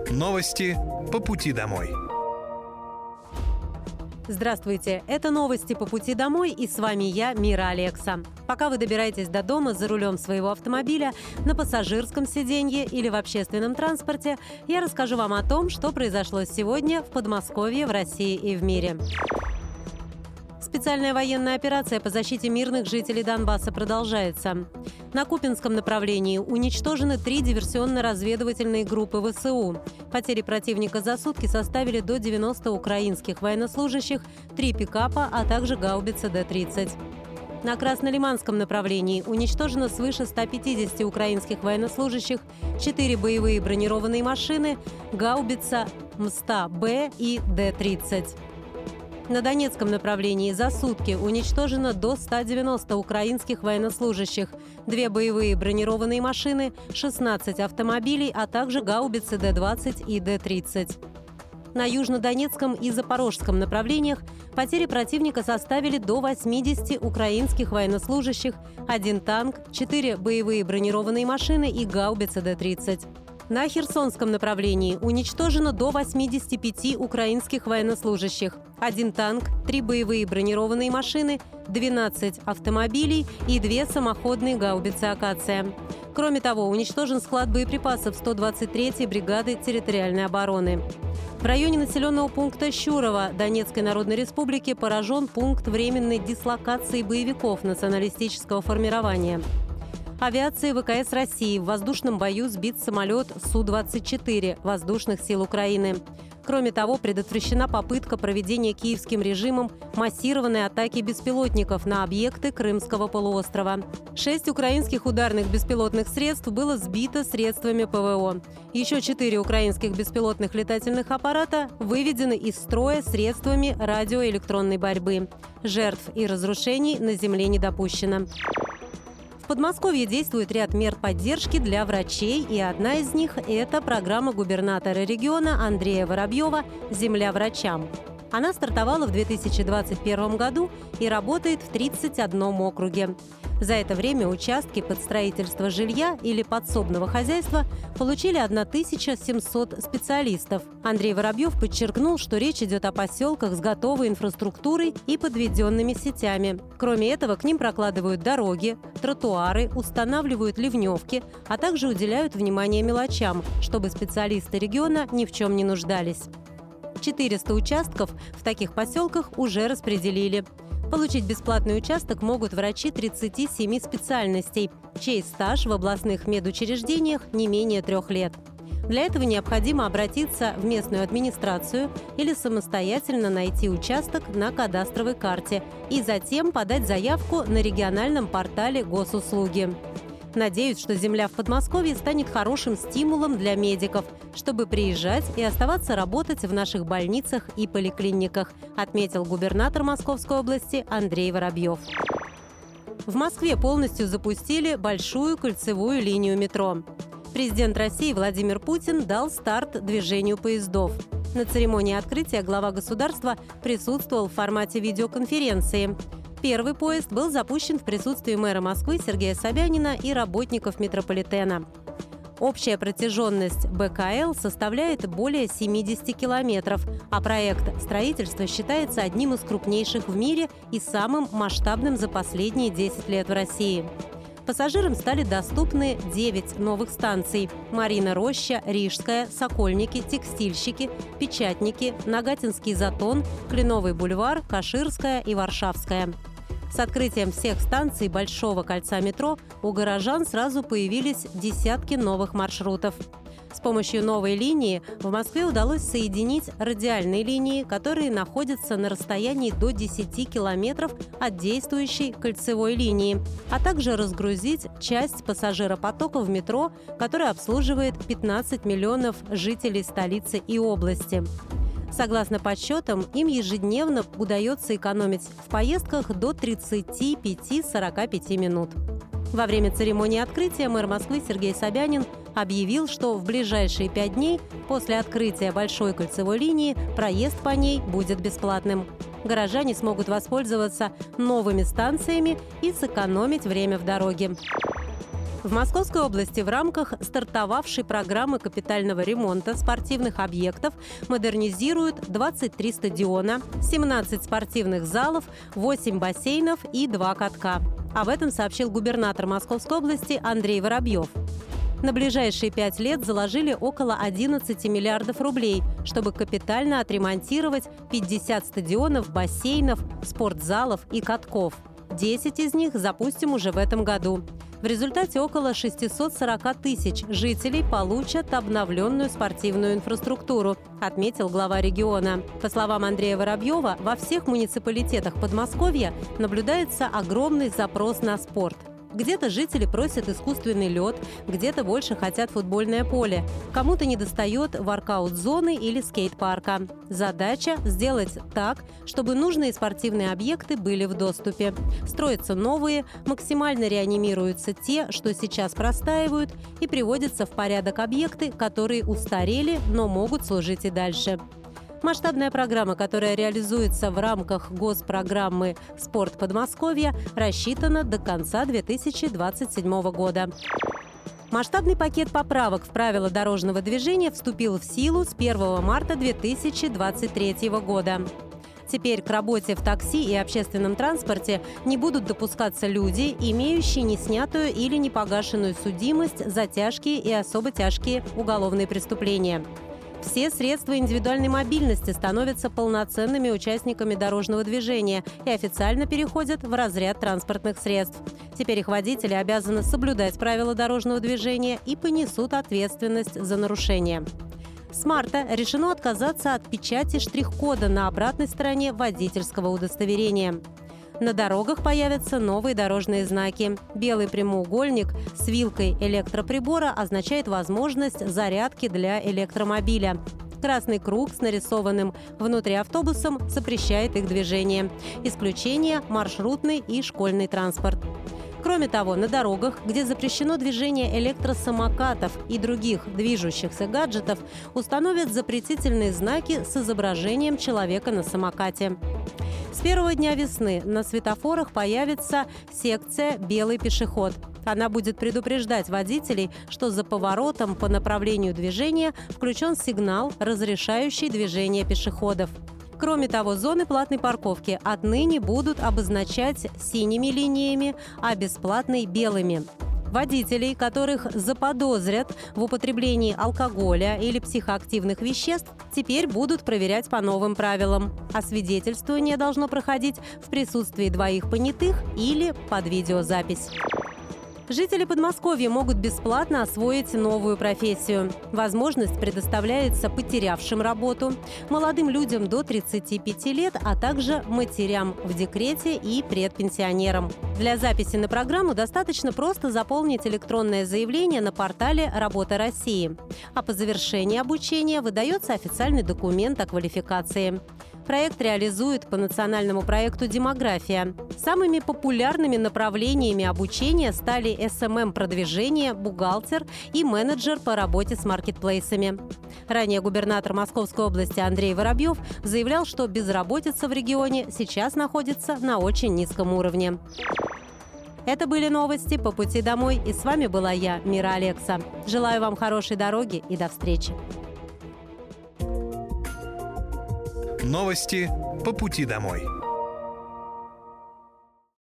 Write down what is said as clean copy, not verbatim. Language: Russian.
Новости по пути домой. Здравствуйте, это новости по пути домой, и с вами я, Мира Алекса. Пока вы добираетесь до дома за рулем своего автомобиля, на пассажирском сиденье или в общественном транспорте, я расскажу вам о том, что произошло сегодня в Подмосковье, в России и в мире. Специальная военная операция по защите мирных жителей Донбасса продолжается. На Купинском направлении уничтожены 3 диверсионно-разведывательные группы ВСУ. Потери противника за сутки составили до 90 украинских военнослужащих, 3 пикапа, а также гаубица Д-30. На Краснолиманском направлении уничтожено свыше 150 украинских военнослужащих, 4 боевые бронированные машины, гаубица МСТА-Б и Д-30. На Донецком направлении за сутки уничтожено до 190 украинских военнослужащих, 2 боевые бронированные машины, 16 автомобилей, а также гаубицы Д-20 и Д-30. На Южнодонецком и Запорожском направлениях потери противника составили до 80 украинских военнослужащих, 1 танк, 4 боевые бронированные машины и гаубица Д-30. На Херсонском направлении уничтожено до 85 украинских военнослужащих, 1 танк, 3 боевые бронированные машины, 12 автомобилей и 2 самоходные гаубицы «Акация». Кроме того, уничтожен склад боеприпасов 123-й бригады территориальной обороны. В районе населенного пункта Щурово Донецкой Народной Республики поражен пункт временной дислокации боевиков националистического формирования. Авиацией ВКС России в воздушном бою сбит самолет Су-24 Воздушных сил Украины. Кроме того, предотвращена попытка проведения киевским режимом массированной атаки беспилотников на объекты Крымского полуострова. 6 украинских ударных беспилотных средств было сбито средствами ПВО. Еще 4 украинских беспилотных летательных аппарата выведены из строя средствами радиоэлектронной борьбы. Жертв и разрушений на земле не допущено. В Подмосковье действует ряд мер поддержки для врачей, и одна из них – это программа губернатора региона Андрея Воробьева «Земля врачам». Она стартовала в 2021 году и работает в 31 округе. За это время участки под строительство жилья или подсобного хозяйства получили 1700 специалистов. Андрей Воробьев подчеркнул, что речь идет о поселках с готовой инфраструктурой и подведенными сетями. Кроме этого, к ним прокладывают дороги, тротуары, устанавливают ливневки, а также уделяют внимание мелочам, чтобы специалисты региона ни в чем не нуждались. 400 участков в таких поселках уже распределили. Получить бесплатный участок могут врачи 37 специальностей, чей стаж в областных медучреждениях не менее 3 лет. Для этого необходимо обратиться в местную администрацию или самостоятельно найти участок на кадастровой карте и затем подать заявку на региональном портале госуслуги. Надеюсь, что земля в Подмосковье станет хорошим стимулом для медиков, чтобы приезжать и оставаться работать в наших больницах и поликлиниках, отметил губернатор Московской области Андрей Воробьев. В Москве полностью запустили большую кольцевую линию метро. Президент России Владимир Путин дал старт движению поездов. На церемонии открытия глава государства присутствовал в формате видеоконференции. Первый поезд был запущен в присутствии мэра Москвы Сергея Собянина и работников метрополитена. Общая протяженность БКЛ составляет более 70 километров, а проект строительства считается одним из крупнейших в мире и самым масштабным за последние 10 лет в России. Пассажирам стали доступны 9 новых станций – Марина Роща, Рижская, Сокольники, Текстильщики, Печатники, Нагатинский затон, Кленовый бульвар, Каширская и Варшавская. С открытием всех станций Большого кольца метро у горожан сразу появились десятки новых маршрутов. С помощью новой линии в Москве удалось соединить радиальные линии, которые находятся на расстоянии до 10 километров от действующей кольцевой линии, а также разгрузить часть пассажиропотока в метро, который обслуживает 15 миллионов жителей столицы и области. Согласно подсчетам, им ежедневно удается экономить в поездках до 35-45 минут. Во время церемонии открытия мэр Москвы Сергей Собянин объявил, что в ближайшие 5 дней после открытия Большой кольцевой линии проезд по ней будет бесплатным. Горожане смогут воспользоваться новыми станциями и сэкономить время в дороге. В Московской области в рамках стартовавшей программы капитального ремонта спортивных объектов модернизируют 23 стадиона, 17 спортивных залов, 8 бассейнов и 2 катка. Об этом сообщил губернатор Московской области Андрей Воробьев. На ближайшие 5 лет заложили около 11 миллиардов рублей, чтобы капитально отремонтировать 50 стадионов, бассейнов, спортзалов и катков. 10 из них запустим уже в этом году. В результате около 640 тысяч жителей получат обновленную спортивную инфраструктуру, отметил глава региона. По словам Андрея Воробьева, во всех муниципалитетах Подмосковья наблюдается огромный запрос на спорт. Где-то жители просят искусственный лед, где-то больше хотят футбольное поле. Кому-то недостает воркаут-зоны или скейт-парка. Задача – сделать так, чтобы нужные спортивные объекты были в доступе. Строятся новые, максимально реанимируются те, что сейчас простаивают, и приводятся в порядок объекты, которые устарели, но могут служить и дальше. Масштабная программа, которая реализуется в рамках госпрограммы «Спорт Подмосковья», рассчитана до конца 2027 года. Масштабный пакет поправок в правила дорожного движения вступил в силу с 1 марта 2023 года. Теперь к работе в такси и общественном транспорте не будут допускаться люди, имеющие неснятую или непогашенную судимость за тяжкие и особо тяжкие уголовные преступления. Все средства индивидуальной мобильности становятся полноценными участниками дорожного движения и официально переходят в разряд транспортных средств. Теперь их водители обязаны соблюдать правила дорожного движения и понесут ответственность за нарушение. С марта решено отказаться от печати штрих-кода на обратной стороне водительского удостоверения. На дорогах появятся новые дорожные знаки. Белый прямоугольник с вилкой электроприбора означает возможность зарядки для электромобиля. Красный круг с нарисованным внутри автобусом запрещает их движение. Исключение – маршрутный и школьный транспорт. Кроме того, на дорогах, где запрещено движение электросамокатов и других движущихся гаджетов, установят запретительные знаки с изображением человека на самокате. С первого дня весны на светофорах появится секция «Белый пешеход». Она будет предупреждать водителей, что за поворотом по направлению движения включен сигнал, разрешающий движение пешеходов. Кроме того, зоны платной парковки отныне будут обозначать синими линиями, а бесплатной – белыми. Водителей, которых заподозрят в употреблении алкоголя или психоактивных веществ, теперь будут проверять по новым правилам. А свидетельствование должно проходить в присутствии 2 понятых или под видеозапись. Жители Подмосковья могут бесплатно освоить новую профессию. Возможность предоставляется потерявшим работу, молодым людям до 35 лет, а также матерям в декрете и предпенсионерам. Для записи на программу достаточно просто заполнить электронное заявление на портале «Работа России». А по завершении обучения выдается официальный документ о квалификации. Проект реализует по национальному проекту «Демография». Самыми популярными направлениями обучения стали СММ-продвижение, бухгалтер и менеджер по работе с маркетплейсами. Ранее губернатор Московской области Андрей Воробьев заявлял, что безработица в регионе сейчас находится на очень низком уровне. Это были новости по пути домой, и с вами была я, Мира Алекса. Желаю вам хорошей дороги и до встречи. Новости по пути домой.